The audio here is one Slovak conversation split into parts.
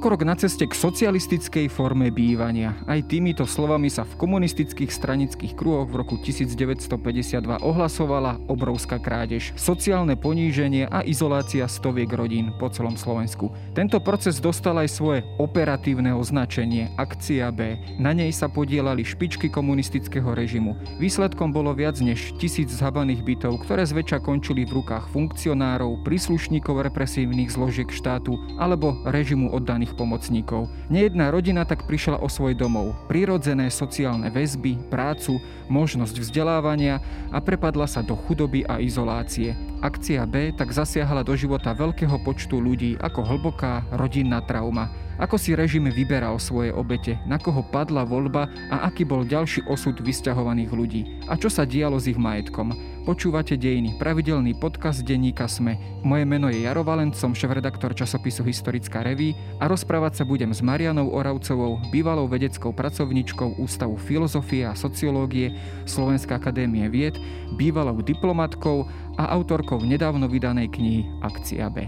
Pokrok na ceste k socialistickej forme bývania. Aj týmito slovami sa v komunistických stranických kruhoch v roku 1952 ohlasovala obrovská krádež, sociálne poníženie a izolácia stoviek rodín po celom Slovensku. Tento proces dostal aj svoje operatívne označenie Akcia B. Na nej sa podielali špičky komunistického režimu. Výsledkom bolo viac než 1000 zhabaných bytov, ktoré zväčša končili v rukách funkcionárov, príslušníkov represívnych zložiek štátu alebo režimu oddaných pomocníkov. Nejedná rodina tak prišla o svoj domov, prirodzené sociálne väzby, prácu, možnosť vzdelávania a prepadla sa do chudoby a izolácie. Akcia B tak zasiahla do života veľkého počtu ľudí ako hlboká rodinná trauma. Ako si režim vyberal svoje obete, na koho padla voľba a aký bol ďalší osud vysťahovaných ľudí. A čo sa dialo s ich majetkom. Počúvate Dejiny, pravidelný podcast denníka SME. Moje meno je Jaro Valent, som šéfredaktor časopisu Historická reví a rozprávať sa budem s Marianou Oravcovou, bývalou vedeckou pracovníčkou Ústavu filozofie a sociológie Slovenskej akadémie vied, bývalou diplomatkou a autorkou nedávno vydanej knihy Akcia B.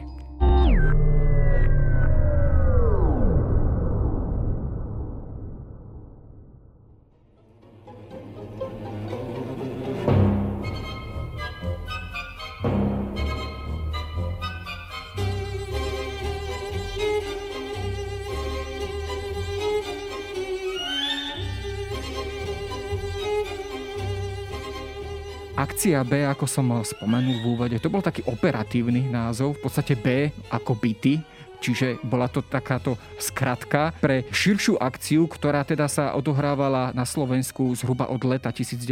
Akcia B, ako som spomenul v úvode, to bol taký operatívny názov, v podstate B ako byty, čiže bola to takáto skratka pre širšiu akciu, ktorá teda sa odohrávala na Slovensku zhruba od leta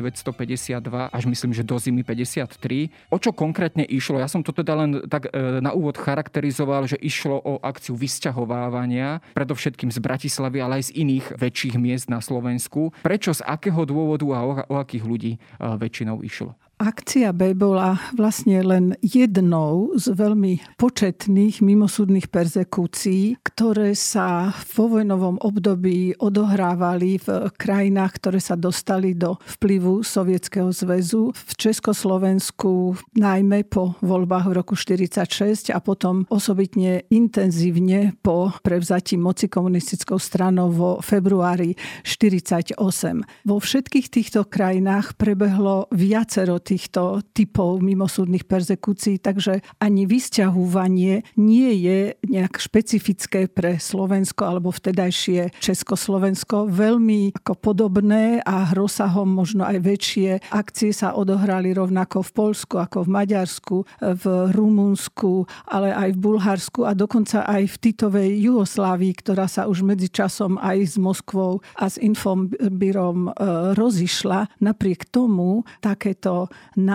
1952 až myslím, že do zimy 53. O čo konkrétne išlo? Ja som to teda len tak na úvod charakterizoval, že išlo o akciu vysťahovávania, predovšetkým z Bratislavy, ale aj z iných väčších miest na Slovensku. Prečo, z akého dôvodu a o akých ľudí väčšinou išlo? Akcia B bola vlastne len jednou z veľmi početných mimosúdnych perzekúcií, ktoré sa vo vojnovom období odohrávali v krajinách, ktoré sa dostali do vplyvu Sovietskeho zväzu. V Československu najmä po voľbách v roku 1946 a potom osobitne intenzívne po prevzatí moci komunistickou stranou vo februári 1948. Vo všetkých týchto krajinách prebehlo viacero týchto typov mimosúdnych perzekúcií, takže ani vysťahúvanie nie je nejak špecifické pre Slovensko alebo vtedajšie Československo. Veľmi ako podobné a rozsahom možno aj väčšie akcie sa odohrali rovnako v Poľsku ako v Maďarsku, v Rumunsku, ale aj v Bulharsku a dokonca aj v Titovej Juhoslávii, ktorá sa už medzičasom aj s Moskvou a s Infobyrom rozišla. Napriek tomu takéto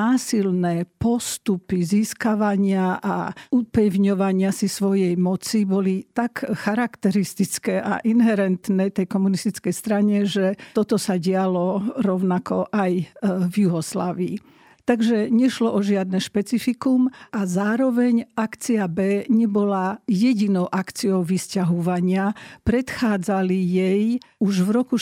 násilné postupy získavania a upevňovania si svojej moci boli tak charakteristické a inherentné tej komunistickej strane, že toto sa dialo rovnako aj v Juhoslávii. Takže nešlo o žiadne špecifikum a zároveň akcia B nebola jedinou akciou vysťahovania. Predchádzali jej už v roku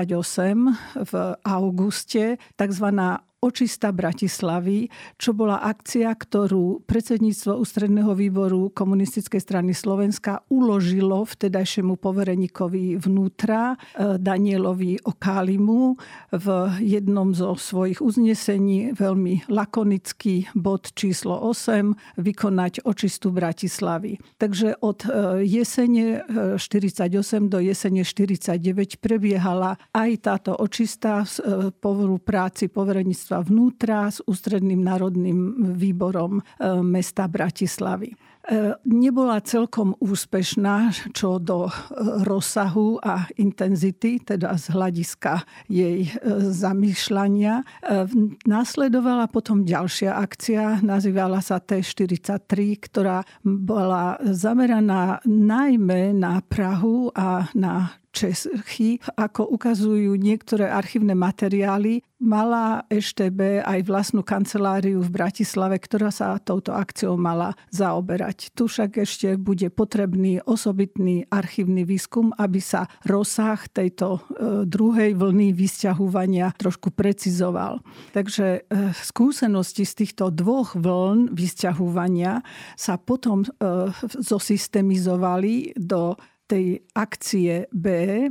1948 v auguste tzv. Očista Bratislavy, čo bola akcia, ktorú predsedníctvo Ústredného výboru Komunistickej strany Slovenska uložilo vtedajšiemu povereníkovi vnútra Danielovi Okálimu v jednom zo svojich uznesení, veľmi lakonický bod číslo 8, vykonať očistu Bratislavy. Takže od jesene 48 do jesene 49 prebiehala aj táto očista z povoru práci povereníctva vnútra s Ústredným národným výborom mesta Bratislavy. Nebola celkom úspešná čo do rozsahu a intenzity, teda z hľadiska jej zamýšľania. Nasledovala potom ďalšia akcia, nazývala sa T43, ktorá bola zameraná najmä na Prahu a na Čechy. Ako ukazujú niektoré archívne materiály, mala EŠTB aj vlastnú kanceláriu v Bratislave, ktorá sa touto akciou mala zaoberať. Tu však ešte bude potrebný osobitný archívny výskum, aby sa rozsah tejto druhej vlny vysťahovania trošku precizoval. Takže skúsenosti z týchto dvoch vln vysťahovania sa potom zosystemizovali do tej akcie B,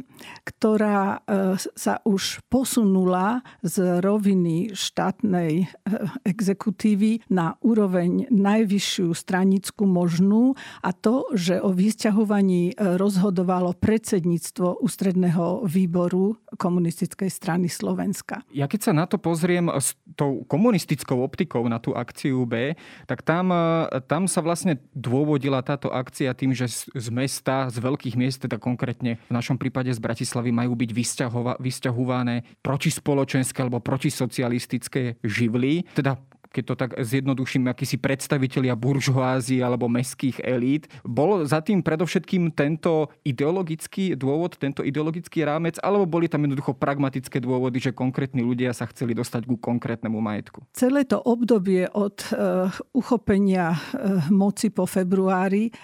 ktorá sa už posunula z roviny štátnej exekutívy na úroveň najvyššiu stranickú možnú, a to, že o vysťahovaní rozhodovalo predsedníctvo ústredného výboru Komunistickej strany Slovenska. Ja keď sa na to pozriem s tou komunistickou optikou na tú akciu B, tak tam sa vlastne dôvodila táto akcia tým, že z mesta, z veľkých miest, teda konkrétne v našom prípade z Bratislavy, majú byť vysťahované protispoločenské alebo protisocialistické živly. Teda keď to tak zjednoduším, akísi predstavitelia buržoázie alebo mestských elít. Bol za tým predovšetkým tento ideologický dôvod, tento ideologický rámec, alebo boli tam jednoducho pragmatické dôvody, že konkrétni ľudia sa chceli dostať ku konkrétnemu majetku? Celé to obdobie od uchopenia moci po februári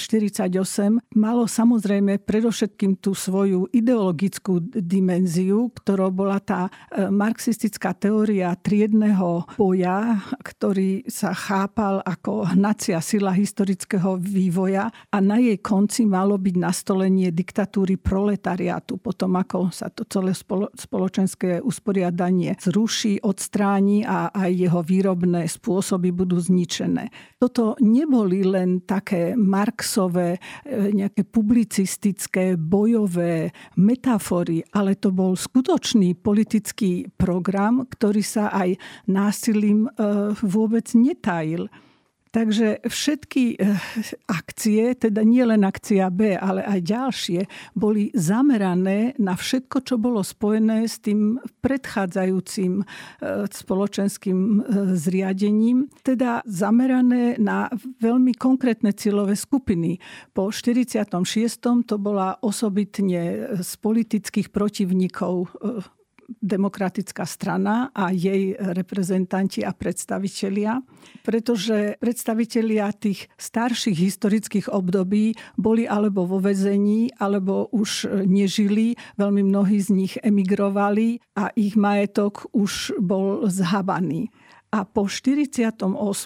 1948 malo samozrejme predovšetkým tú svoju ideologickú dimenziu, ktorou bola tá marxistická teória triedneho boja, ktorý sa chápal ako hnacia sila historického vývoja, a na jej konci malo byť nastolenie diktatúry proletariátu. Potom ako sa to celé spoločenské usporiadanie zruší, odstráni a aj jeho výrobné spôsoby budú zničené. Toto neboli len také Marxové, nejaké publicistické, bojové metafory, ale to bol skutočný politický program, ktorý sa aj násilím vôbec netajil. Takže všetky akcie, teda nie len akcia B, ale aj ďalšie, boli zamerané na všetko, čo bolo spojené s tým predchádzajúcim spoločenským zriadením, teda zamerané na veľmi konkrétne cieľové skupiny. Po 46. to bola osobitne z politických protivníkov Demokratická strana a jej reprezentanti a predstavitelia, pretože predstavitelia tých starších historických období boli alebo vo väzení, alebo už nežili. Veľmi mnohí z nich emigrovali a ich majetok už bol zhabaný. A po 48.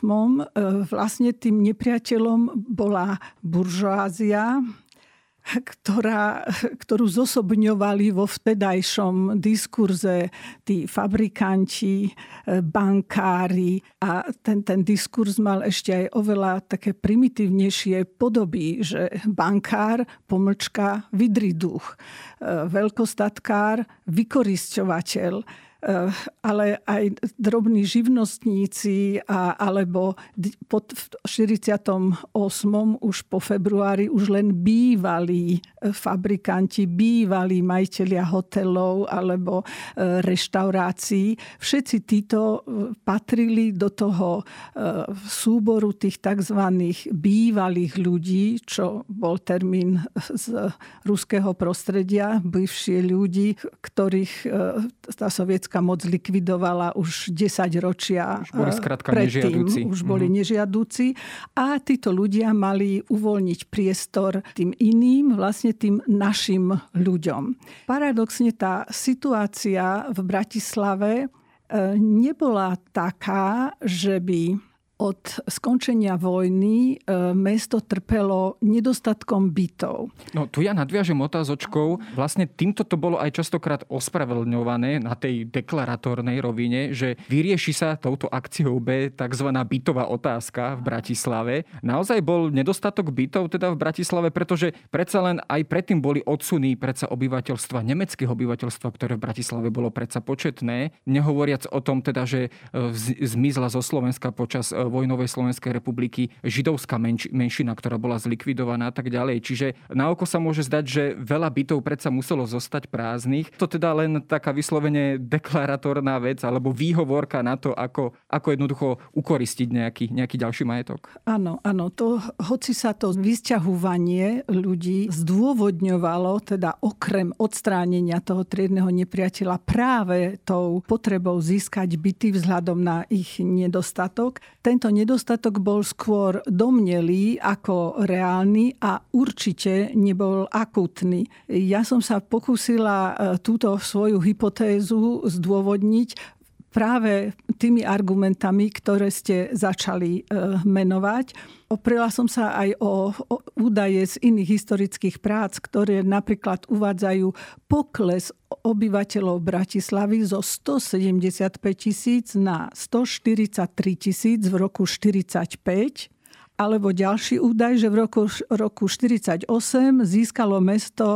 vlastne tým nepriateľom bola buržoázia, ktorú zosobňovali vo vtedajšom diskurze tí fabrikanti, bankári, a ten diskurs mal ešte aj oveľa také primitívnejšie podoby, že bankár, pomlčka, vidriduch, veľkostatkár, vykorisťovateľ, ale aj drobní živnostníci alebo v 48. už po februári už len bývalí fabrikanti, bývalí majitelia hotelov alebo reštaurácií. Všetci títo patrili do toho súboru tých tzv. Bývalých ľudí, čo bol termín z ruského prostredia, bývšie ľudí, ktorých tá sovietská moc likvidovala už 10 ročia predtým. Už boli nežiaduci. A títo ľudia mali uvoľniť priestor tým iným, vlastne tým našim ľuďom. Paradoxne tá situácia v Bratislave nebola taká, že by od skončenia vojny mesto trpelo nedostatkom bytov. No tu ja nadviažem otázočkou. Vlastne týmto to bolo aj častokrát ospravedlňované na tej deklaratórnej rovine, že vyrieši sa touto akciou B tzv. Bytová otázka v Bratislave. Naozaj bol nedostatok bytov teda v Bratislave, pretože predsa len aj predtým boli odsuny predsa obyvateľstva, nemeckého obyvateľstva, ktoré v Bratislave bolo predsa početné. Nehovoriac o tom teda, že zmizla zo Slovenska počas vojnovej Slovenskej republiky židovská menšina, ktorá bola zlikvidovaná a tak ďalej. Čiže na oko sa môže zdať, že veľa bytov predsa muselo zostať prázdnych. To teda len taká vyslovene deklaratórna vec alebo výhovorka na to, ako jednoducho ukoristiť nejaký ďalší majetok. Áno, to, hoci sa to vysťahovanie ľudí zdôvodňovalo, teda okrem odstránenia toho triedneho nepriateľa práve tou potrebou získať byty vzhľadom na ich nedostatok, tento nedostatok bol skôr domnelý ako reálny a určite nebol akútny. Ja som sa pokúsila túto svoju hypotézu zdôvodniť práve tými argumentami, ktoré ste začali menovať. Oprela som sa aj o údaje z iných historických prác, ktoré napríklad uvádzajú pokles obyvateľov Bratislavy zo 175 000 na 143 000 v roku 1945. Alebo ďalší údaj, že v roku 1948 získalo mesto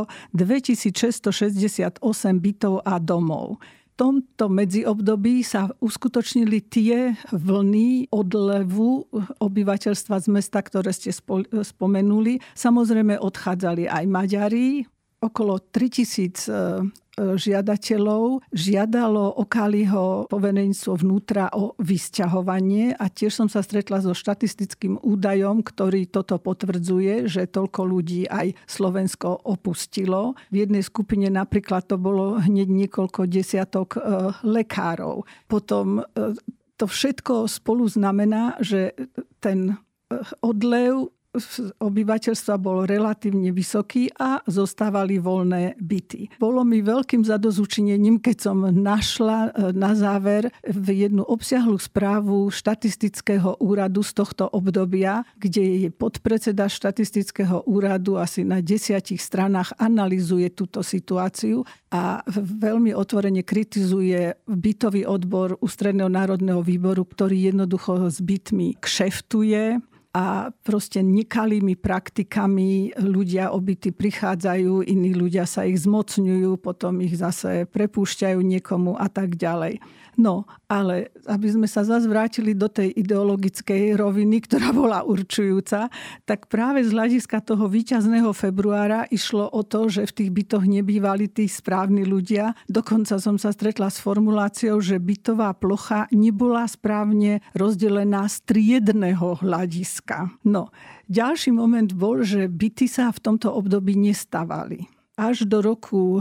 2668 bytov a domov. V tomto medziobdobí sa uskutočnili tie vlny odlevu obyvateľstva z mesta, ktoré ste spomenuli. Samozrejme odchádzali aj Maďari. Okolo 3000 žiadateľov žiadalo Okaliho poverenstvo vnútra o vysťahovanie a tiež som sa stretla so štatistickým údajom, ktorý toto potvrdzuje, že toľko ľudí aj Slovensko opustilo. V jednej skupine napríklad to bolo hneď niekoľko desiatok lekárov. Potom to všetko spolu znamená, že ten odlev obyvateľstva bol relatívne vysoký a zostávali voľné byty. Bolo mi veľkým zadozučinením, keď som našla na záver jednu obsiahlu správu štatistického úradu z tohto obdobia, kde je podpredseda štatistického úradu asi na 10 stranách analyzuje túto situáciu a veľmi otvorene kritizuje bytový odbor Ústredného národného výboru, ktorý jednoducho s bytmi kšeftuje. A proste nekalými praktikami ľudia o byty prichádzajú, iní ľudia sa ich zmocňujú, potom ich zase prepúšťajú niekomu a tak ďalej. No, ale aby sme sa zase vrátili do tej ideologickej roviny, ktorá bola určujúca, tak práve z hľadiska toho víťazného februára išlo o to, že v tých bytoch nebývali tí správni ľudia. Dokonca som sa stretla s formuláciou, že bytová plocha nebola správne rozdelená z triedného hľadiska. No, ďalší moment bol, že byty sa v tomto období nestavali. Až do roku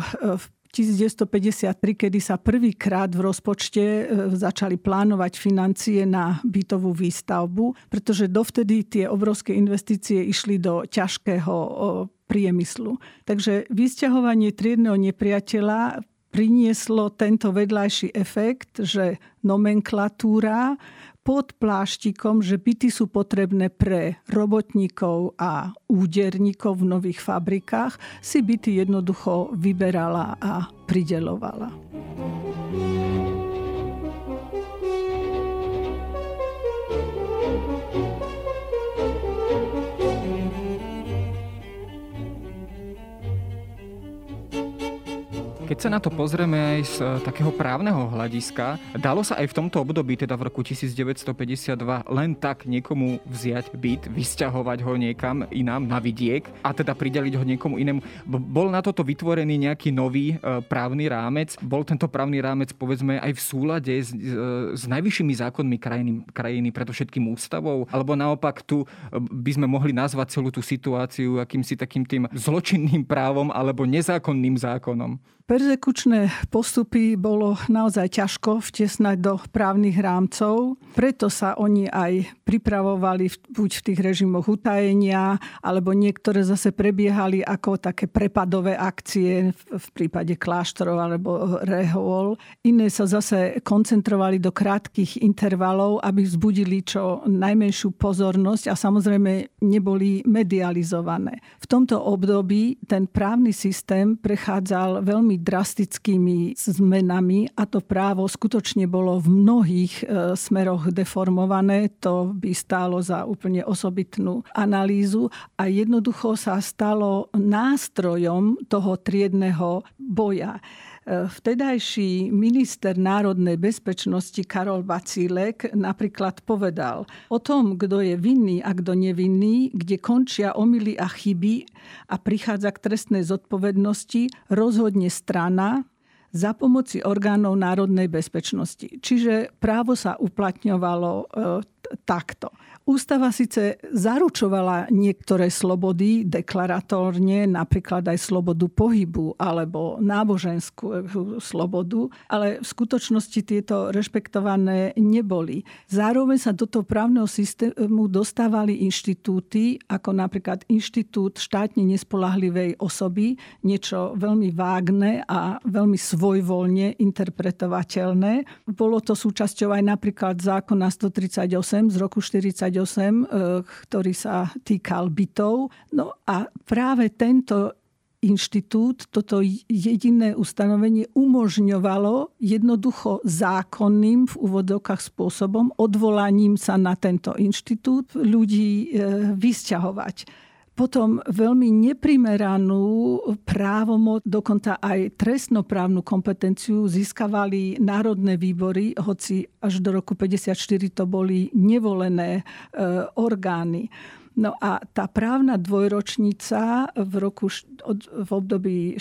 1953, kedy sa prvýkrát v rozpočte začali plánovať financie na bytovú výstavbu, pretože dovtedy tie obrovské investície išli do ťažkého priemyslu. Takže vysťahovanie triedneho nepriateľa prinieslo tento vedľajší efekt, že nomenklatúra pod pláštikom, že byty sú potrebné pre robotníkov a úderníkov v nových fabrikách, si byty jednoducho vyberala a prideľovala. Keď sa na to pozrieme aj z takého právneho hľadiska, dalo sa aj v tomto období, teda v roku 1952, len tak niekomu vziať byt, vysťahovať ho niekam inám na vidiek a teda prideliť ho niekomu inému. Bol na toto vytvorený nejaký nový právny rámec? Bol tento právny rámec, povedzme, aj v súlade s najvyššími zákonmi krajiny, predovšetkým ústavou? Alebo naopak tu by sme mohli nazvať celú tú situáciu akýmsi takým tým zločinným právom alebo nezákonným zákonom? Perzekučné postupy bolo naozaj ťažko vtesnať do právnych rámcov, preto sa oni aj pripravovali buď v tých režimoch utajenia, alebo niektoré zase prebiehali ako také prepadové akcie v prípade kláštorov alebo rehôl. Iné sa zase koncentrovali do krátkych intervalov, aby vzbudili čo najmenšiu pozornosť a samozrejme neboli medializované. V tomto období ten právny systém prechádzal veľmi drastickými zmenami a to právo skutočne bolo v mnohých smeroch deformované. To by stálo za úplne osobitnú analýzu a jednoducho sa stalo nástrojom toho triedneho boja. Vtedajší minister národnej bezpečnosti Karol Vacílek napríklad povedal o tom, kto je vinný a kto nevinný, kde končia omyly a chyby a prichádza k trestnej zodpovednosti, rozhodne strana za pomoci orgánov národnej bezpečnosti. Čiže právo sa uplatňovalo takto. Ústava síce zaručovala niektoré slobody deklaratórne, napríklad aj slobodu pohybu alebo náboženskú slobodu, ale v skutočnosti tieto rešpektované neboli. Zároveň sa do toho právneho systému dostávali inštitúty, ako napríklad inštitút štátne nespoľahlivej osoby, niečo veľmi vágne a veľmi svojvoľne interpretovateľné. Bolo to súčasťou aj napríklad zákona 138 z roku 1948, ktorý sa týkal bytov. No a práve tento inštitút, toto jediné ustanovenie umožňovalo jednoducho zákonným v úvodzovkách spôsobom, odvolaním sa na tento inštitút, ľudí vysťahovať. Potom veľmi neprimeranú právomoc, dokonca aj trestnoprávnu kompetenciu získavali národné výbory, hoci až do roku 1954 to boli nevolené orgány. No a tá právna dvojročnica v období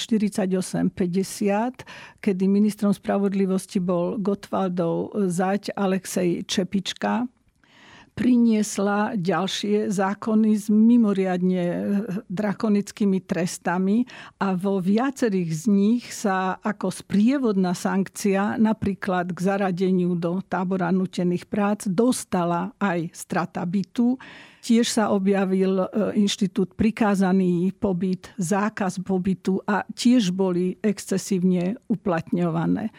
48-50, kedy ministrom spravodlivosti bol Gottwaldov zať Alexej Čepička, priniesla ďalšie zákony s mimoriadne drakonickými trestami a vo viacerých z nich sa ako sprievodná sankcia napríklad k zaradeniu do tábora nútených prác dostala aj strata bytu. Tiež sa objavil inštitút prikázaný pobyt, zákaz pobytu a tiež boli excesívne uplatňované.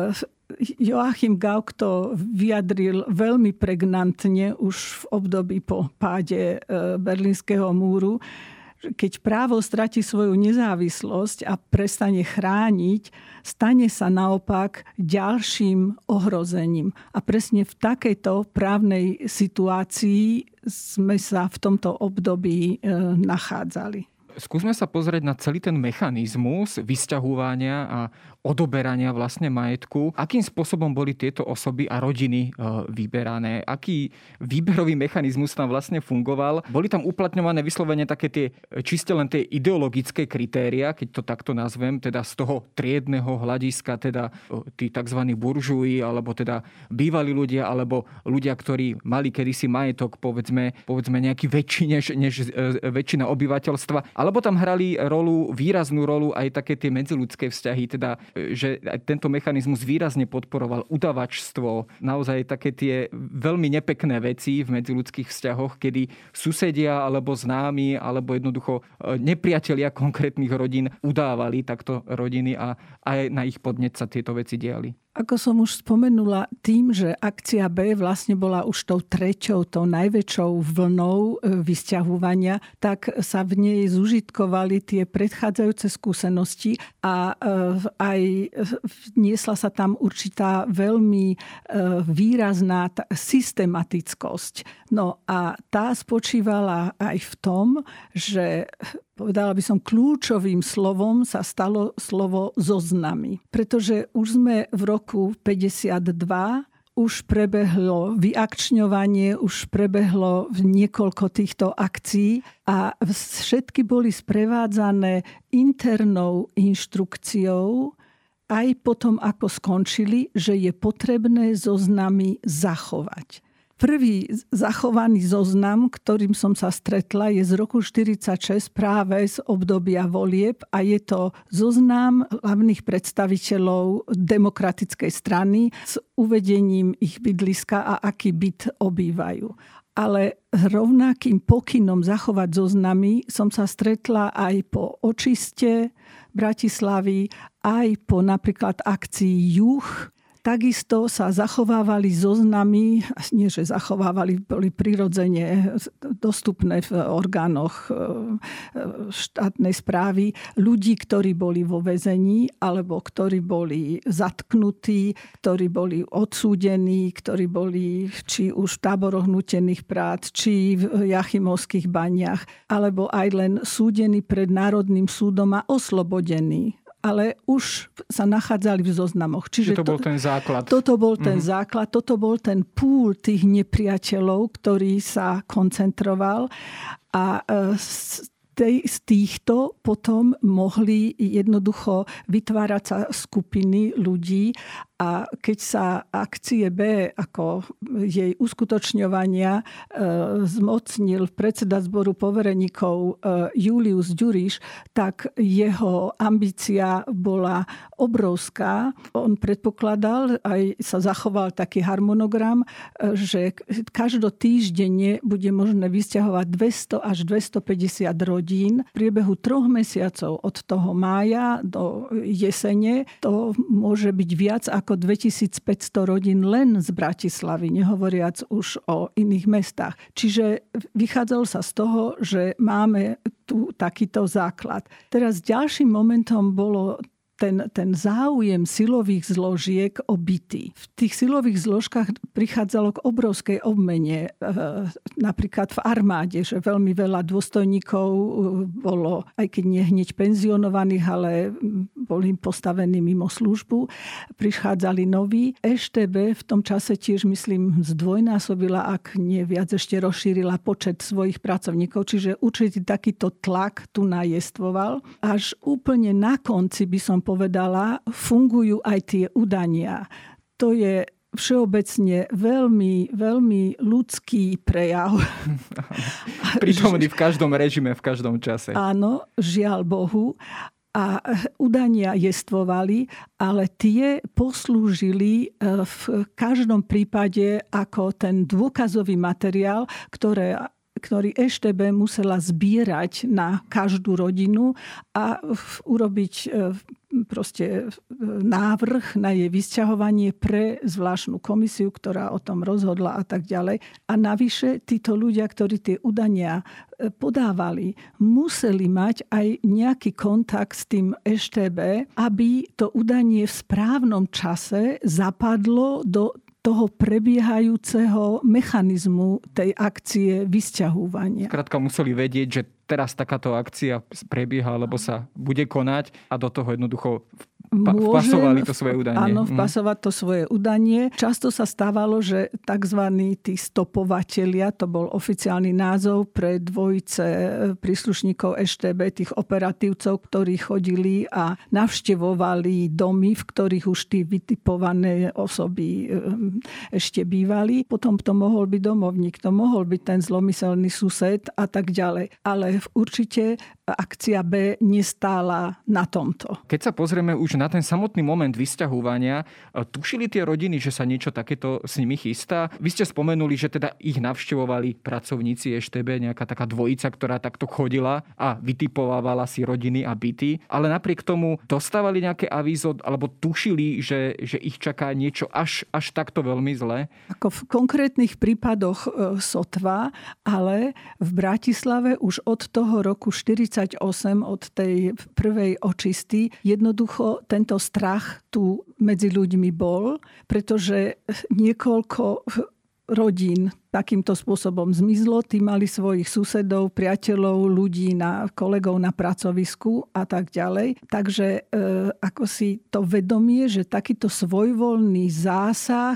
Joachim Gauck to vyjadril veľmi pregnantne už v období po páde Berlínskeho múru. Keď právo stratí svoju nezávislosť a prestane chrániť, stane sa naopak ďalším ohrozením. A presne v takejto právnej situácii sme sa v tomto období nachádzali. Skúsme sa pozrieť na celý ten mechanizmus vysťahovania a odoberania vlastne majetku. Akým spôsobom boli tieto osoby a rodiny vyberané? Aký výberový mechanizmus tam vlastne fungoval? Boli tam uplatňované vyslovene také tie čiste len tie ideologické kritéria, keď to takto nazvem, teda z toho triedneho hľadiska, teda tí tzv. Buržuji, alebo teda bývalí ľudia, alebo ľudia, ktorí mali kedysi majetok, povedzme nejaký väčší než väčšina obyvateľstva. Alebo tam hrali výraznú rolu aj také tie medziľudské vzťahy, teda že tento mechanizmus výrazne podporoval udavačstvo, naozaj také tie veľmi nepekné veci v medziľudských vzťahoch, kedy susedia alebo známi alebo jednoducho nepriatelia konkrétnych rodín udávali takto rodiny a aj na ich podnet sa tieto veci diali. Ako som už spomenula, tým, že akcia B vlastne bola už tou najväčšou vlnou vysťahovania, tak sa v nej zužitkovali tie predchádzajúce skúsenosti a aj niesla sa tam určitá veľmi výrazná systematickosť. No a tá spočívala aj v tom, že povedala by som, kľúčovým slovom sa stalo slovo zoznamy. Pretože už sme v roku 52, už prebehlo vyakčňovanie, už prebehlo niekoľko týchto akcií a všetky boli sprevádzané internou inštrukciou aj potom, ako skončili, že je potrebné zoznamy zachovať. Prvý zachovaný zoznam, ktorým som sa stretla, je z roku 1946 práve z obdobia volieb a je to zoznam hlavných predstaviteľov demokratickej strany s uvedením ich bydliska a aký byt obývajú. Ale rovnakým pokynom zachovať zoznamy som sa stretla aj po očiste Bratislavy, aj po napríklad akcii Juh. Takisto sa zachovávali zoznamy, nie že zachovávali, boli prirodzene dostupné v orgánoch štátnej správy ľudí, ktorí boli vo väzení alebo ktorí boli zatknutí, ktorí boli odsúdení, ktorí boli či už v táboroch nútených prác, či v Jachimovských baniach, alebo aj len súdení pred Národným súdom a oslobodení. Ale už sa nachádzali v zoznamoch. Čiže to bol ten základ. Toto bol ten základ, toto bol ten púl tých nepriateľov, ktorý sa koncentroval a z týchto potom mohli jednoducho vytvárať sa skupiny ľudí A keď sa akcie B ako jej uskutočňovania zmocnil predseda zboru povereníkov Julius Ďuriš, tak jeho ambícia bola obrovská. On predpokladal, aj sa zachoval taký harmonogram, že každotýždenne bude možné vysťahovať 200 až 250 rodín. V priebehu 3 mesiacov od toho mája do jesene to môže byť viac ako 2500 rodín len z Bratislavy, nehovoriac už o iných mestách. Čiže vychádzalo sa z toho, že máme tu takýto základ. Teraz ďalším momentom bolo ten záujem silových zložiek o byty. V tých silových zložkách prichádzalo k obrovskej obmene. Napríklad v armáde, že veľmi veľa dôstojníkov bolo, aj keď nie hneď penzionovaných, ale boli postavení mimo službu. Prichádzali noví. EŠTB v tom čase tiež, myslím, zdvojnásobila, ak nie viac, ešte rozšírila počet svojich pracovníkov. Čiže určite takýto tlak tu najestvoval. Až úplne na konci by som povedala, fungujú aj tie udania. To je všeobecne veľmi, veľmi ľudský prejav. Prítomný v každom režime, v každom čase. Áno, žiaľ Bohu. A udania jestvovali, ale tie poslúžili v každom prípade ako ten dôkazový materiál, ktorý EŠTB musela zbierať na každú rodinu a urobiť proste návrh na jej vysťahovanie pre zvláštnu komisiu, ktorá o tom rozhodla a tak ďalej. A navyše títo ľudia, ktorí tie udania podávali, museli mať aj nejaký kontakt s tým EŠTB, aby to udanie v správnom čase zapadlo do toho prebiehajúceho mechanizmu tej akcie vysťahovania. Skrátka museli vedieť, že teraz takáto akcia prebieha, alebo sa bude konať a do toho jednoducho vpasovali to svoje udanie. Áno, vpasovať to svoje udanie. Často sa stávalo, že tzv. Tí stopovatelia, to bol oficiálny názov pre dvojice príslušníkov EŠTB, tých operatívcov, ktorí chodili a navštevovali domy, v ktorých už tí vytipované osoby ešte bývali. Potom to mohol byť domovník, to mohol byť ten zlomyselný sused a tak ďalej. Ale určite akcia B nestála na tomto. Keď sa pozrieme už na ten samotný moment vysťahovania, tušili tie rodiny, že sa niečo takéto s nimi chystá? Vy ste spomenuli, že teda ich navštevovali pracovníci EŠTB, nejaká taká dvojica, ktorá takto chodila a vytipovávala si rodiny a byty. Ale napriek tomu dostávali nejaké avízo alebo tušili, že ich čaká niečo až takto veľmi zlé? Ako v konkrétnych prípadoch sotva, ale v Bratislave už od toho roku 48, od tej prvej očisty, jednoducho tento strach tu medzi ľuďmi bol, pretože niekoľko rodín takýmto spôsobom zmizlo. Tí mali svojich susedov, priateľov, ľudí, kolegov na pracovisku a tak ďalej. Takže ako si to vedomie, že takýto svojvoľný zásah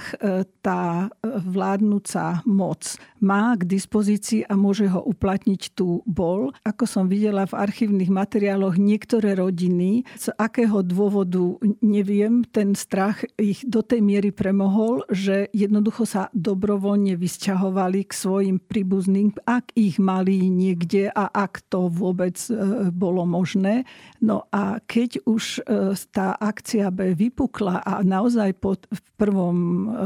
tá vládnúca moc má k dispozícii a môže ho uplatniť, tu bol. Ako som videla v archívnych materiáloch, niektoré rodiny, z akého dôvodu neviem, ten strach ich do tej miery premohol, že jednoducho sa dobrovoľne vysťahovali k svojim príbuzným, ak ich mali niekde a ak to vôbec bolo možné. No a keď už tá akcia B vypukla a naozaj v prvom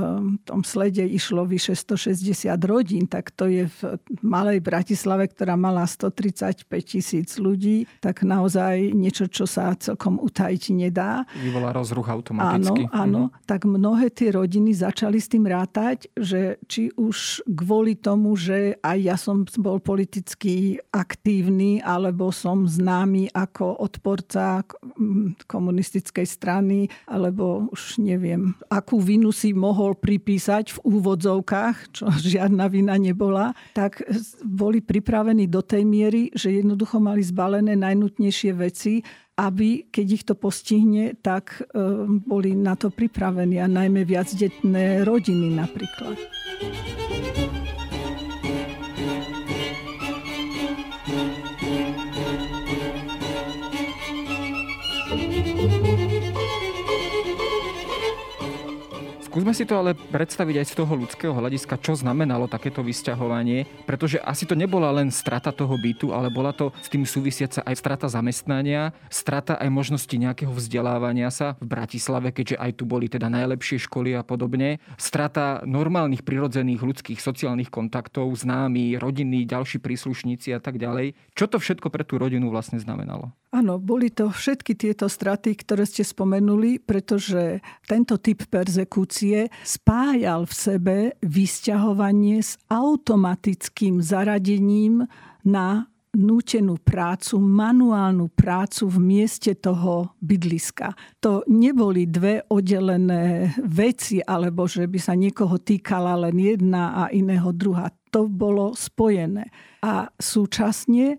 tom slede išlo vyše 160 rodín, tak to je v malej Bratislave, ktorá mala 135 000 ľudí, tak naozaj niečo, čo sa celkom utajiť nedá. Vyvolá rozruch automaticky. Áno. Tak mnohé tie rodiny začali s tým rátať, že či už kvôli tomu, že aj ja som bol politicky aktívny, alebo som známy ako odporca komunistickej strany, alebo už neviem, akú vinu si mohol pripísať v úvodzovkách, čo žiadna vina nebola, tak boli pripravení do tej miery, že jednoducho mali zbalené najnutnejšie veci, aby, keď ich to postihne, tak boli na to pripravení a najmä viacdetné rodiny napríklad. Skúsme si to ale predstaviť aj z toho ľudského hľadiska, čo znamenalo takéto vysťahovanie, pretože asi to nebola len strata toho bytu, ale bola to s tým súvisiaca aj strata zamestnania, strata aj možnosti nejakého vzdelávania sa v Bratislave, keďže aj tu boli teda najlepšie školy a podobne, strata normálnych prirodzených ľudských sociálnych kontaktov, známi, rodiny, ďalší príslušníci a tak ďalej. Čo to všetko pre tú rodinu vlastne znamenalo? Áno, boli to všetky tieto straty, ktoré ste spomenuli, pretože tento typ perzekúcie spájal v sebe vysťahovanie s automatickým zaradením na nútenú prácu, manuálnu prácu v mieste toho bydliska. To neboli dve oddelené veci, alebo že by sa niekoho týkala len jedna a iného druhá. To bolo spojené. A súčasne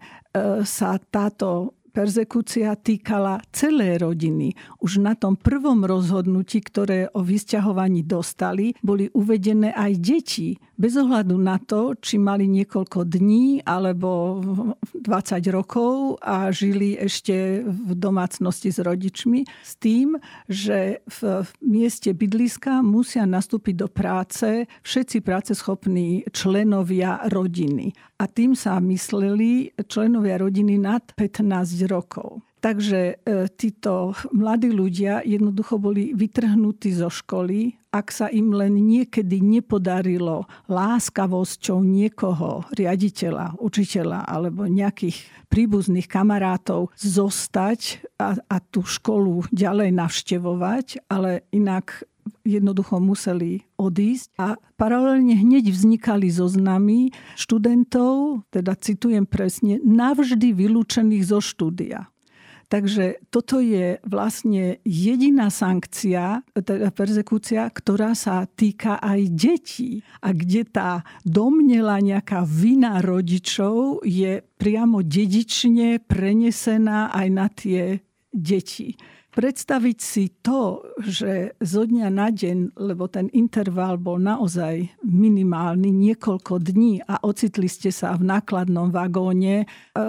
sa táto perzekúcia týkala celej rodiny. Už na tom prvom rozhodnutí, ktoré o vysťahovaní dostali, boli uvedené aj deti. Bez ohľadu na to, či mali niekoľko dní alebo 20 rokov a žili ešte v domácnosti s rodičmi, s tým, že v mieste bydliska musia nastúpiť do práce všetci práceschopní členovia rodiny. A tým sa mysleli členovia rodiny nad 15 rokov. Takže títo mladí ľudia jednoducho boli vytrhnutí zo školy, ak sa im len niekedy nepodarilo láskavosťou niekoho, riaditeľa, učiteľa alebo nejakých príbuzných kamarátov zostať a tú školu ďalej navštevovať, ale inak jednoducho museli odísť a paralelne hneď vznikali zoznamy študentov, teda citujem presne, navždy vylúčených zo štúdia. Takže toto je vlastne jediná sankcia, teda perzekúcia, ktorá sa týka aj detí. A kde tá domnelá nejaká vina rodičov je priamo dedične prenesená aj na tie deti. Predstaviť si to, že zo dňa na deň, lebo ten interval bol naozaj minimálny, niekoľko dní a ocitli ste sa v nákladnom vagóne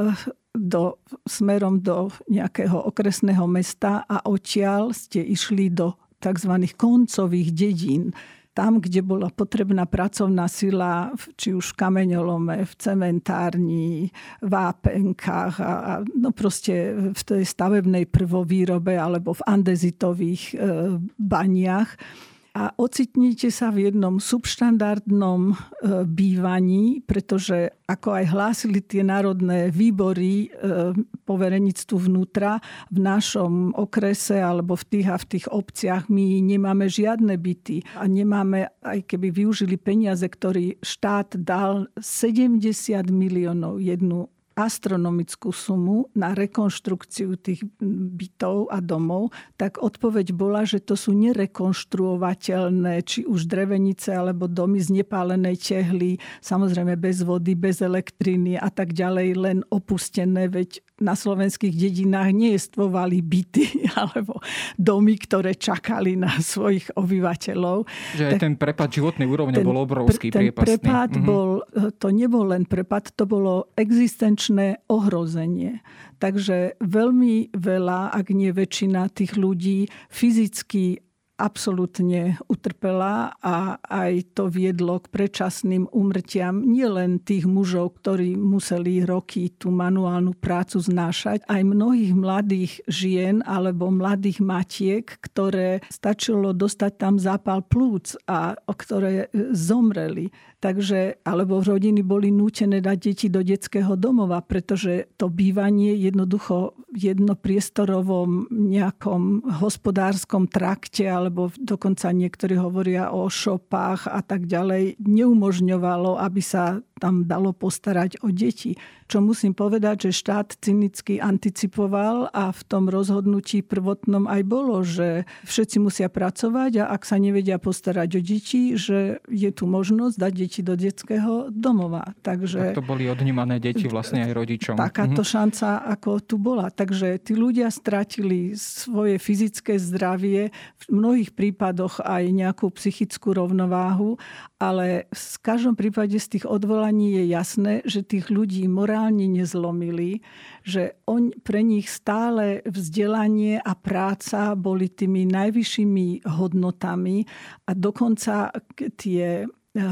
smerom do nejakého okresného mesta a odtiaľ ste išli do tzv. Koncových dedín. Tam, kde bola potrebná pracovná sila, či už v kameňolome, v cementárni, vápenkách a proste v tej stavebnej prvovýrobe alebo v andezitových baniach. A ocitnite sa v jednom subštandardnom bývaní, pretože ako aj hlásili tie národné výbory poverenictvu vnútra, v našom okrese alebo v tých obciach my nemáme žiadne byty a nemáme, aj keby využili peniaze, ktorý štát dal 70 miliónov, jednu astronomickú sumu na rekonštrukciu tých bytov a domov, tak odpoveď bola, že to sú nerekonštruovateľné, či už drevenice alebo domy z nepálenej tehly, samozrejme bez vody, bez elektriny a tak ďalej, len opustené, veď na slovenských dedinách nejestvovali byty alebo domy, ktoré čakali na svojich obyvateľov. Že aj ten prepad životnej úrovne bol obrovský, priepastný. Ten prepad to nebol len prepad, to bolo existenčné ohrozenie. Takže veľmi veľa, ak nie väčšina tých ľudí fyzicky absolútne utrpela a aj to viedlo k predčasným úmrtiam nielen tých mužov, ktorí museli roky tú manuálnu prácu znášať, aj mnohých mladých žien alebo mladých matiek, ktoré stačilo dostať tam zápal plúc a ktoré zomreli. Takže, alebo rodiny boli nútené dať deti do detského domova, pretože to bývanie jednoducho v jednopriestorovom nejakom hospodárskom trakte, alebo dokonca niektorí hovoria o šopách a tak ďalej, neumožňovalo, aby sa tam dalo postarať o deti. Čo musím povedať, že štát cynicky anticipoval a v tom rozhodnutí prvotnom aj bolo, že všetci musia pracovať a ak sa nevedia postarať o deti, že je tu možnosť dať deti do detského domova. Takže tak to boli odnímané deti vlastne aj rodičom. Takáto šanca, ako tu bola. Takže tí ľudia stratili svoje fyzické zdravie. V mnohých prípadoch aj nejakú psychickú rovnováhu, ale v každom prípade z tých odvolaní je jasné, že tých ľudí morálne nezlomili, že pre nich stále vzdelanie a práca boli tými najvyššími hodnotami a dokonca tie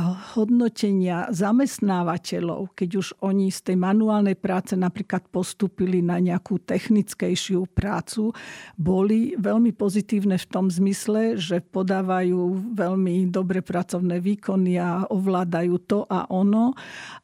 hodnotenia zamestnávateľov, keď už oni z tej manuálnej práce napríklad postúpili na nejakú technickejšiu prácu, boli veľmi pozitívne v tom zmysle, že podávajú veľmi dobre pracovné výkony a ovládajú to a ono,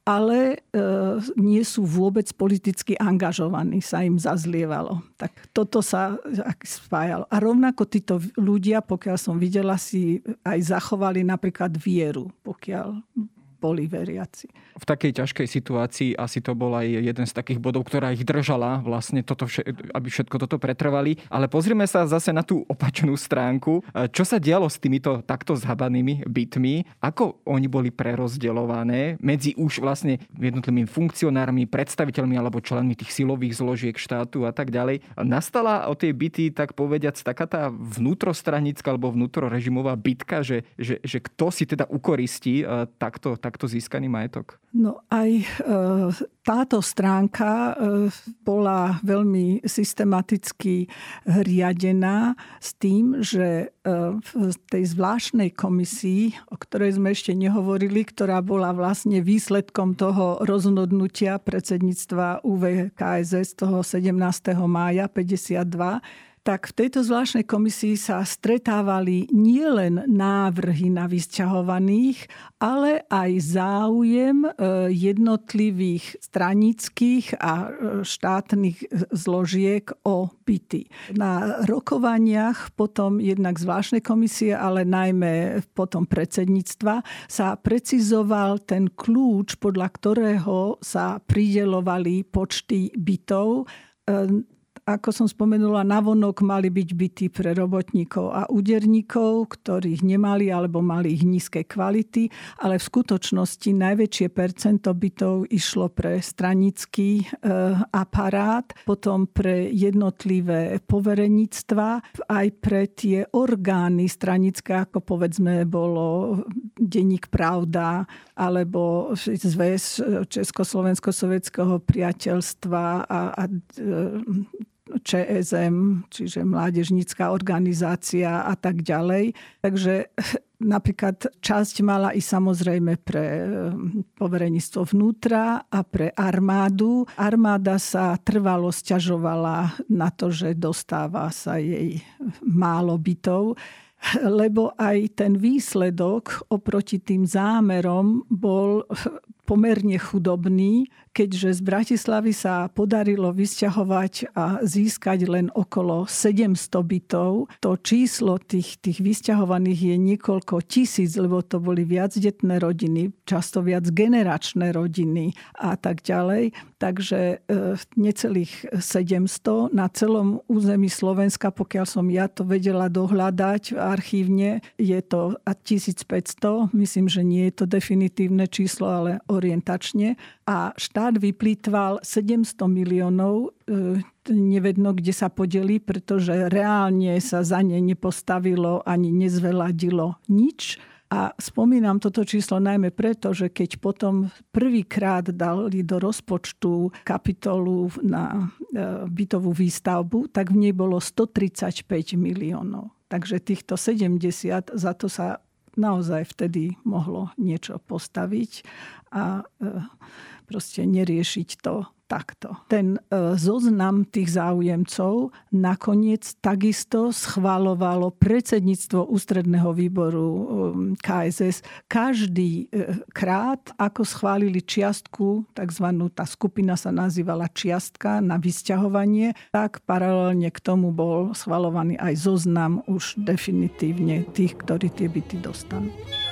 ale nie sú vôbec politicky angažovaní, sa im zazlievalo. Tak toto sa spájalo. A rovnako títo ľudia, pokiaľ som videla, si aj zachovali napríklad vieru, pokiaľ boli veriaci. V takej ťažkej situácii asi to bol aj jeden z takých bodov, ktorá ich držala vlastne aby všetko toto pretrvali. Ale pozrieme sa zase na tú opačnú stránku. Čo sa dialo s týmito takto zhabanými bytmi? Ako oni boli prerozdeľované medzi už vlastne jednotlivými funkcionármi, predstaviteľmi alebo členmi tých silových zložiek štátu a tak ďalej? Nastala o tej byty, tak povediac, taká tá vnútrostranická alebo vnútrorežimová bitka, že kto si teda ukoristí takto získaný majetok? No aj táto stránka bola veľmi systematicky riadená s tým, že v tej zvláštnej komisii, o ktorej sme ešte nehovorili, ktorá bola vlastne výsledkom toho rozhodnutia predsedníctva UVKSS toho 17. mája 52, tak v tejto zvláštnej komisii sa stretávali nielen návrhy na vysťahovaných, ale aj záujem jednotlivých stranických a štátnych zložiek o byty. Na rokovaniach potom jednak zvláštnej komisie, ale najmä potom predsedníctva sa precizoval ten kľúč, podľa ktorého sa prideľovali počty bytov. Ako som spomenula, navonok mali byť byty pre robotníkov a úderníkov, ktorých nemali alebo mali ich nízkej kvality, ale v skutočnosti najväčšie percento bytov išlo pre stranický aparát, potom pre jednotlivé povereníctva, aj pre tie orgány stranické, ako povedzme bolo denník Pravda, alebo zväz Československo-sovietskeho priateľstva a ČSM, čiže mládežnícka organizácia a tak ďalej. Takže napríklad časť mala i samozrejme pre povereníctvo vnútra a pre armádu. Armáda sa trvalo sťažovala na to, že dostáva sa jej málo bytov, lebo aj ten výsledok oproti tým zámerom bol pomerne chudobný, keďže z Bratislavy sa podarilo vysťahovať a získať len okolo 700 bytov. To číslo tých vysťahovaných je niekoľko tisíc, lebo to boli viacdetné rodiny, často viac generačné rodiny a tak ďalej. Takže necelých 700 na celom území Slovenska, pokiaľ som ja to vedela dohľadať archívne, je to 1500. Myslím, že nie je to definitívne číslo, ale orientačne. A štát vyplýtval 700 miliónov. Nevedno, kde sa podeli, pretože reálne sa za ne nepostavilo ani nezveladilo nič. A spomínam toto číslo najmä preto, že keď potom prvýkrát dali do rozpočtu kapitolu na bytovú výstavbu, tak v nej bolo 135 miliónov. Takže týchto 70, za to sa naozaj vtedy mohlo niečo postaviť a proste neriešiť to takto. Ten zoznam tých záujemcov nakoniec takisto schvaľovalo predsedníctvo ústredného výboru KSS. Každý krát, ako schválili čiastku, takzvanú, tá skupina sa nazývala čiastka na vysťahovanie, tak paralelne k tomu bol schvaľovaný aj zoznam už definitívne tých, ktorí tie byty dostanú.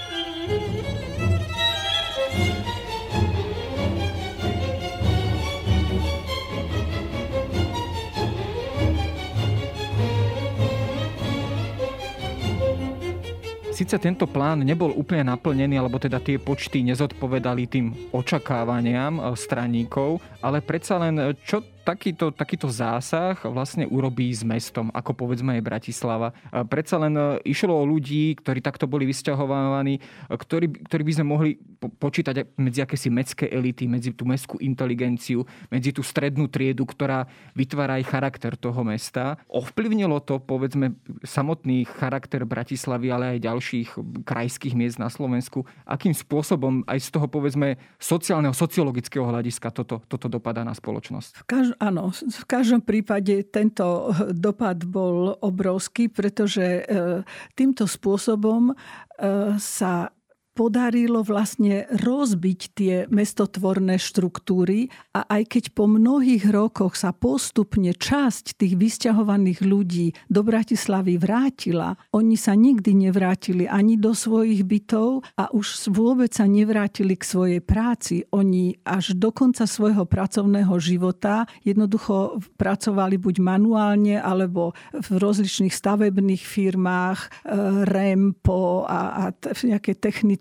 Sice tento plán nebol úplne naplnený, alebo teda tie počty nezodpovedali tým očakávaniam straníkov, ale predsa len čo takýto zásah vlastne urobí s mestom, ako povedzme aj Bratislava. Predsa len išlo o ľudí, ktorí takto boli vysťahovaní, ktorí by sme mohli počítať medzi akési mestské elity, medzi tú mestskú inteligenciu, medzi tú strednú triedu, ktorá vytvára aj charakter toho mesta. Ovplyvnilo to, povedzme, samotný charakter Bratislavy, ale aj ďalších krajských miest na Slovensku. Akým spôsobom aj z toho, povedzme, sociologického hľadiska toto dopadá na spoločnosť? Áno, v každom prípade tento dopad bol obrovský, pretože týmto spôsobom sa podarilo vlastne rozbiť tie mestotvorné štruktúry a aj keď po mnohých rokoch sa postupne časť tých vysťahovaných ľudí do Bratislavy vrátila, oni sa nikdy nevrátili ani do svojich bytov a už vôbec sa nevrátili k svojej práci. Oni až do konca svojho pracovného života jednoducho pracovali buď manuálne, alebo v rozličných stavebných firmách, REMPO a nejaké technické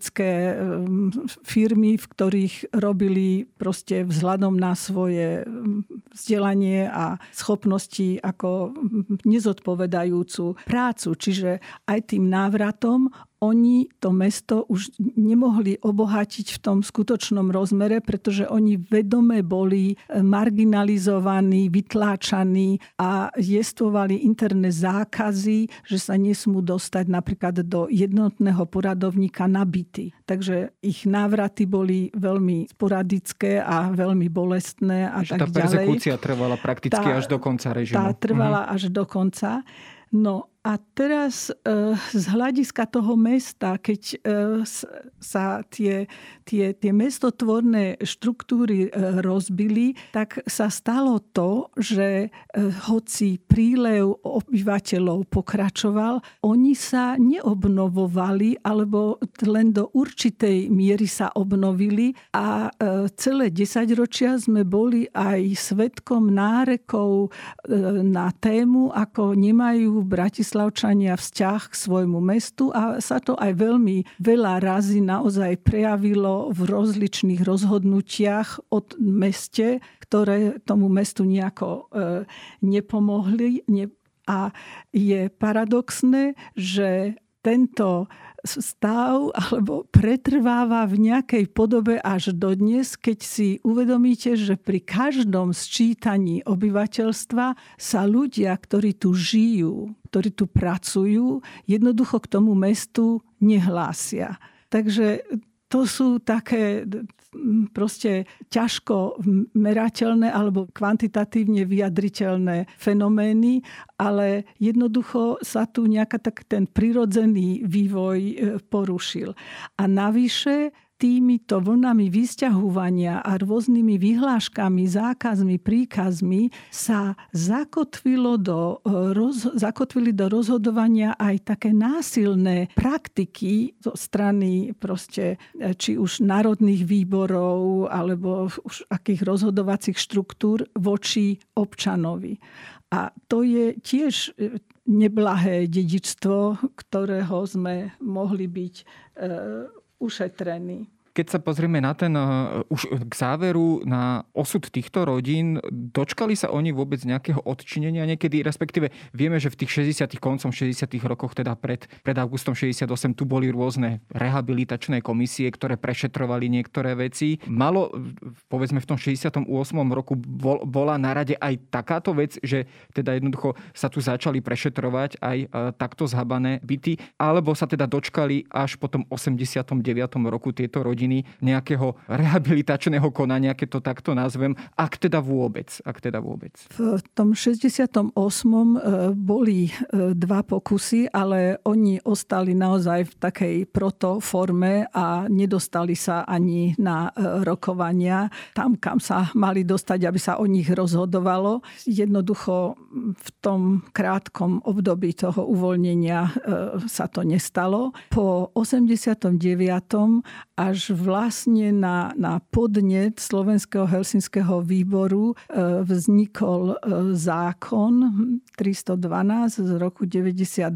firmy, v ktorých robili proste vzhľadom na svoje vzdelanie a schopnosti ako nezodpovedajúcu prácu. Čiže aj tým návratom oni to mesto už nemohli obohatiť v tom skutočnom rozmere, pretože oni vedome boli marginalizovaní, vytláčaní a jestvovali interné zákazy, že sa nesmú dostať napríklad do jednotného poradovníka na byty. Takže ich návraty boli veľmi sporadické a veľmi bolestné a tak ďalej. Tá perzekúcia trvala prakticky až do konca režimu. Tá trvala až do konca. No a teraz z hľadiska toho mesta, keď sa tie mestotvorné štruktúry rozbili, tak sa stalo to, že hoci prílev obyvateľov pokračoval, oni sa neobnovovali, alebo len do určitej miery sa obnovili a celé 10 ročia sme boli aj svedkom nárekov na tému, ako nemajú Bratislavčania vzťah k svojmu mestu a sa to aj veľmi veľa razy naozaj prejavilo v rozličných rozhodnutiach od meste, ktoré tomu mestu nejako nepomohli. A je paradoxné, že tento stav alebo pretrváva v nejakej podobe až dodnes, keď si uvedomíte, že pri každom sčítaní obyvateľstva sa ľudia, ktorí tu žijú, ktorí tu pracujú, jednoducho k tomu mestu nehlásia. Takže to sú také proste ťažko merateľné alebo kvantitatívne vyjadriteľné fenomény, ale jednoducho sa tu nejaká tak ten prirodzený vývoj porušil. A navyše týmito vlnami vysťahovania a rôznymi vyhláškami, zákazmi, príkazmi sa zakotvili do rozhodovania aj také násilné praktiky zo strany proste, či už národných výborov alebo už akých rozhodovacích štruktúr voči občanovi. A to je tiež neblahé dedičstvo, ktorého sme mohli byť ušetrení. Keď sa pozrieme na ten už k záveru, na osud týchto rodín, dočkali sa oni vôbec nejakého odčinenia niekedy? Respektíve vieme, že v tých koncom 60. rokoch, teda pred augustom 68, tu boli rôzne rehabilitačné komisie, ktoré prešetrovali niektoré veci. Povedzme v tom 68. roku bola na rade aj takáto vec, že teda jednoducho sa tu začali prešetrovať aj takto zhabané byty, alebo sa teda dočkali až po tom 89. roku tieto rodiny nejakého rehabilitačného konania, keď to takto nazvem, ak teda vôbec. V tom 68. boli dva pokusy, ale oni ostali naozaj v takej protoforme a nedostali sa ani na rokovania tam, kam sa mali dostať, aby sa o nich rozhodovalo. Jednoducho v tom krátkom období toho uvoľnenia sa to nestalo. Po 89. až vlastne na podnet Slovenského helsinského výboru vznikol zákon 312 z roku 92,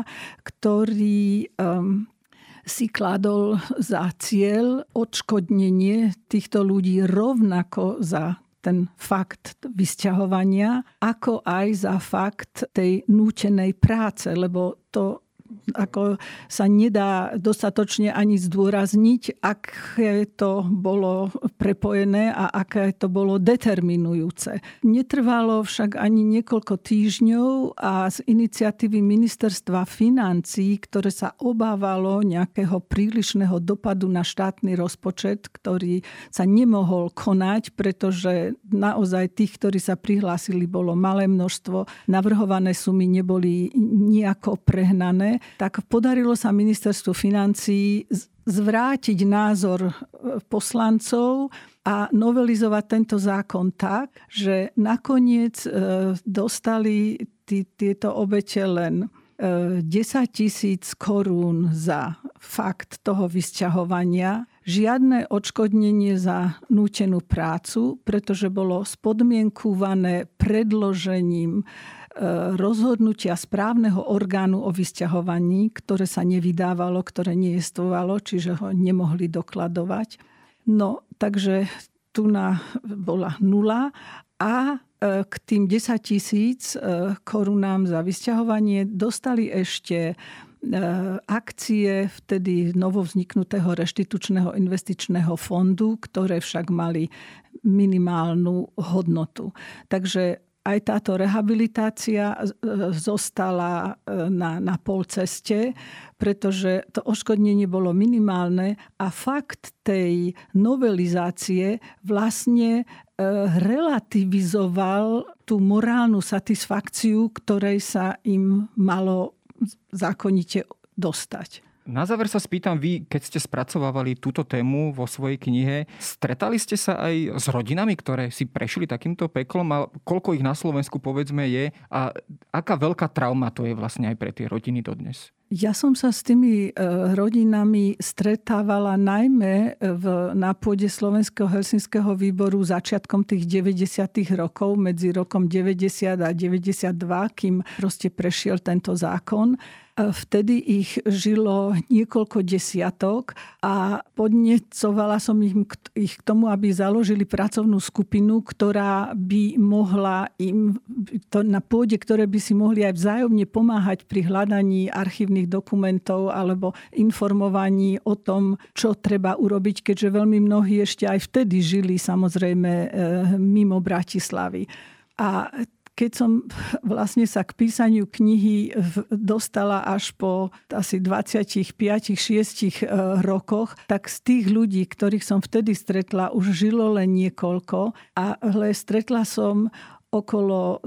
ktorý si kladol za cieľ odškodnenie týchto ľudí rovnako za ten fakt vysťahovania, ako aj za fakt tej nútenej práce, lebo to ako sa nedá dostatočne ani zdôrazniť, aké to bolo prepojené a aké to bolo determinujúce. Netrvalo však ani niekoľko týždňov a z iniciatívy Ministerstva financií, ktoré sa obávalo nejakého prílišného dopadu na štátny rozpočet, ktorý sa nemohol konať, pretože naozaj tých, ktorí sa prihlásili, bolo malé množstvo, navrhované sumy neboli nejako prehnané, tak podarilo sa ministerstvu financií zvrátiť názor poslancov a novelizovať tento zákon tak, že nakoniec dostali tieto obete len 10 000 korún za fakt toho vysťahovania, žiadne odškodnenie za nútenú prácu, pretože bolo spodmienkúvané predložením rozhodnutia správneho orgánu o vysťahovaní, ktoré sa nevydávalo, ktoré nejestvovalo, čiže ho nemohli dokladovať. No, takže tu bola nula a k tým 10 000 korunám za vysťahovanie dostali ešte akcie vtedy novovzniknutého reštitučného investičného fondu, ktoré však mali minimálnu hodnotu. Takže aj táto rehabilitácia zostala na polceste, pretože to odškodnenie bolo minimálne a fakt tej novelizácie vlastne relativizoval tú morálnu satisfakciu, ktorej sa im malo zákonite dostať. Na záver sa spýtam, vy, keď ste spracovávali túto tému vo svojej knihe, stretali ste sa aj s rodinami, ktoré si prešli takýmto peklom a koľko ich na Slovensku povedzme je a aká veľká trauma to je vlastne aj pre tie rodiny dodnes? Ja som sa s tými rodinami stretávala najmä na pôde Slovenského helsinského výboru začiatkom tých 90. rokov, medzi rokom 90 a 92, kým proste prešiel tento zákon. Vtedy ich žilo niekoľko desiatok a podnecovala som ich k tomu, aby založili pracovnú skupinu, ktorá by mohla im na pôde, ktoré by si mohli aj vzájomne pomáhať pri hľadaní archívnych dokumentov alebo informovaní o tom, čo treba urobiť, keďže veľmi mnohí ešte aj vtedy žili samozrejme mimo Bratislavy. A keď som vlastne sa k písaniu knihy dostala až po asi 25-6 rokoch, tak z tých ľudí, ktorých som vtedy stretla, už žilo len niekoľko. Ale stretla som okolo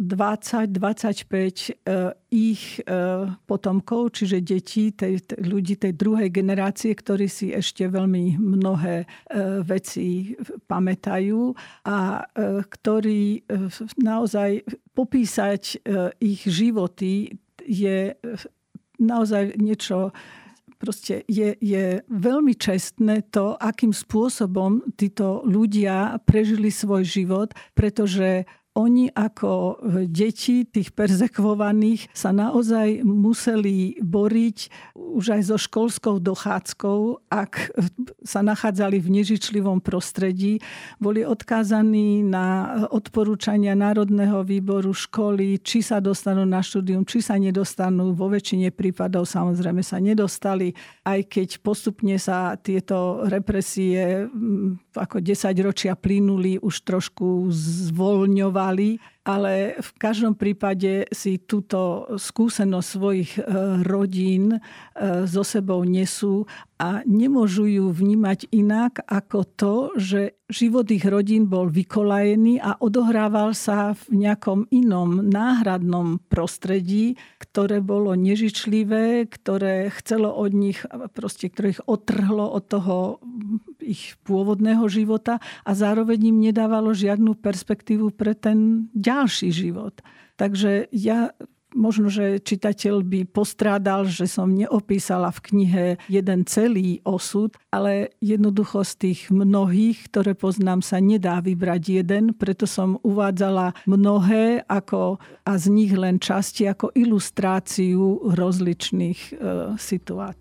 20-25 ich potomkov, čiže detí, ľudí tej druhej generácie, ktorí si ešte veľmi mnohé veci pamätajú a ktorí naozaj popísať ich životy je naozaj niečo. Proste je veľmi čestné to, akým spôsobom títo ľudia prežili svoj život, pretože oni ako deti tých perzekvovaných sa naozaj museli boriť už aj so školskou dochádzkou, ak sa nachádzali v nežičlivom prostredí. Boli odkázaní na odporúčania Národného výboru školy, či sa dostanú na štúdium, či sa nedostanú. Vo väčšine prípadov samozrejme sa nedostali, aj keď postupne sa tieto represie ako 10 ročia plynuli, už trošku zvoľňovali. Ale v každom prípade si túto skúsenosť svojich rodín so sebou nesú a nemôžu ju vnímať inak ako to, že život ich rodín bol vykolajený a odohrával sa v nejakom inom náhradnom prostredí, ktoré bolo nežičlivé, ktoré chcelo od nich, ktoré ich odtrhlo od toho ich pôvodného života a zároveň im nedávalo žiadnu perspektívu pre ten ďalší život. Takže možno, že čitateľ by postrádal, že som neopísala v knihe jeden celý osud, ale jednoducho z tých mnohých, ktoré poznám, sa nedá vybrať jeden, preto som uvádzala mnohé a z nich len časti ako ilustráciu rozličných situácií.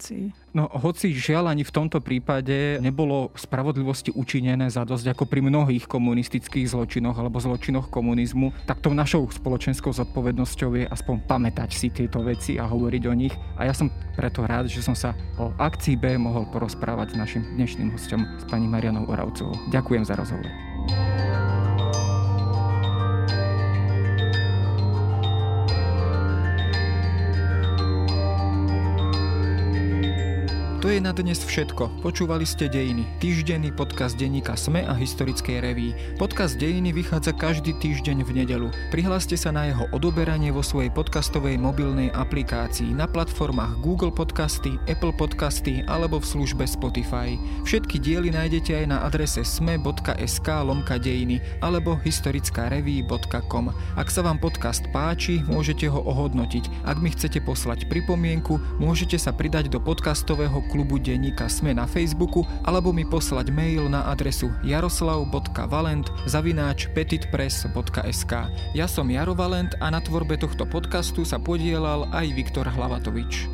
No, hoci žiaľ ani v tomto prípade nebolo spravodlivosti učinené zadosť ako pri mnohých komunistických zločinoch alebo zločinoch komunizmu, tak tou našou spoločenskou zodpovednosťou je aspoň pamätať si tieto veci a hovoriť o nich. A ja som preto rád, že som sa o akcii B mohol porozprávať s našim dnešným hosťom, s pani Marianou Oravcovou. Ďakujem za rozhovor. To je na dnes všetko. Počúvali ste Dejiny, týždenný podcast denníka SME a historickej reví. Podcast Dejiny vychádza každý týždeň v nedeľu. Prihláste sa na jeho odoberanie vo svojej podcastovej mobilnej aplikácii na platformách Google Podcasty, Apple Podcasty alebo v službe Spotify. Všetky diely nájdete aj na adrese sme.sk/dejiny alebo historickareví.com. Ak sa vám podcast páči, môžete ho ohodnotiť. Ak mi chcete poslať pripomienku, môžete sa pridať do podcastového klubu denníka SME na Facebooku alebo mi poslať mail na adresu jaroslav.valent@petitpress.sk. Ja som Jaro Valent a na tvorbe tohto podcastu sa podielal aj Viktor Hlavatovič.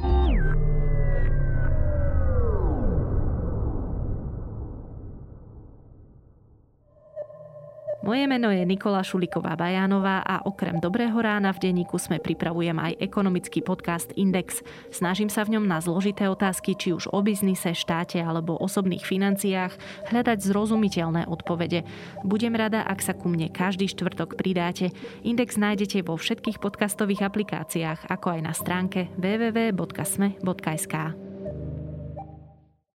Moje meno je Nikola Šuliková-Bajánová a okrem Dobrého rána v denníku SME pripravujem aj ekonomický podcast Index. Snažím sa v ňom na zložité otázky, či už o biznise, štáte alebo osobných financiách, hľadať zrozumiteľné odpovede. Budem rada, ak sa ku mne každý štvrtok pridáte. Index nájdete vo všetkých podcastových aplikáciách, ako aj na stránke www.sme.sk.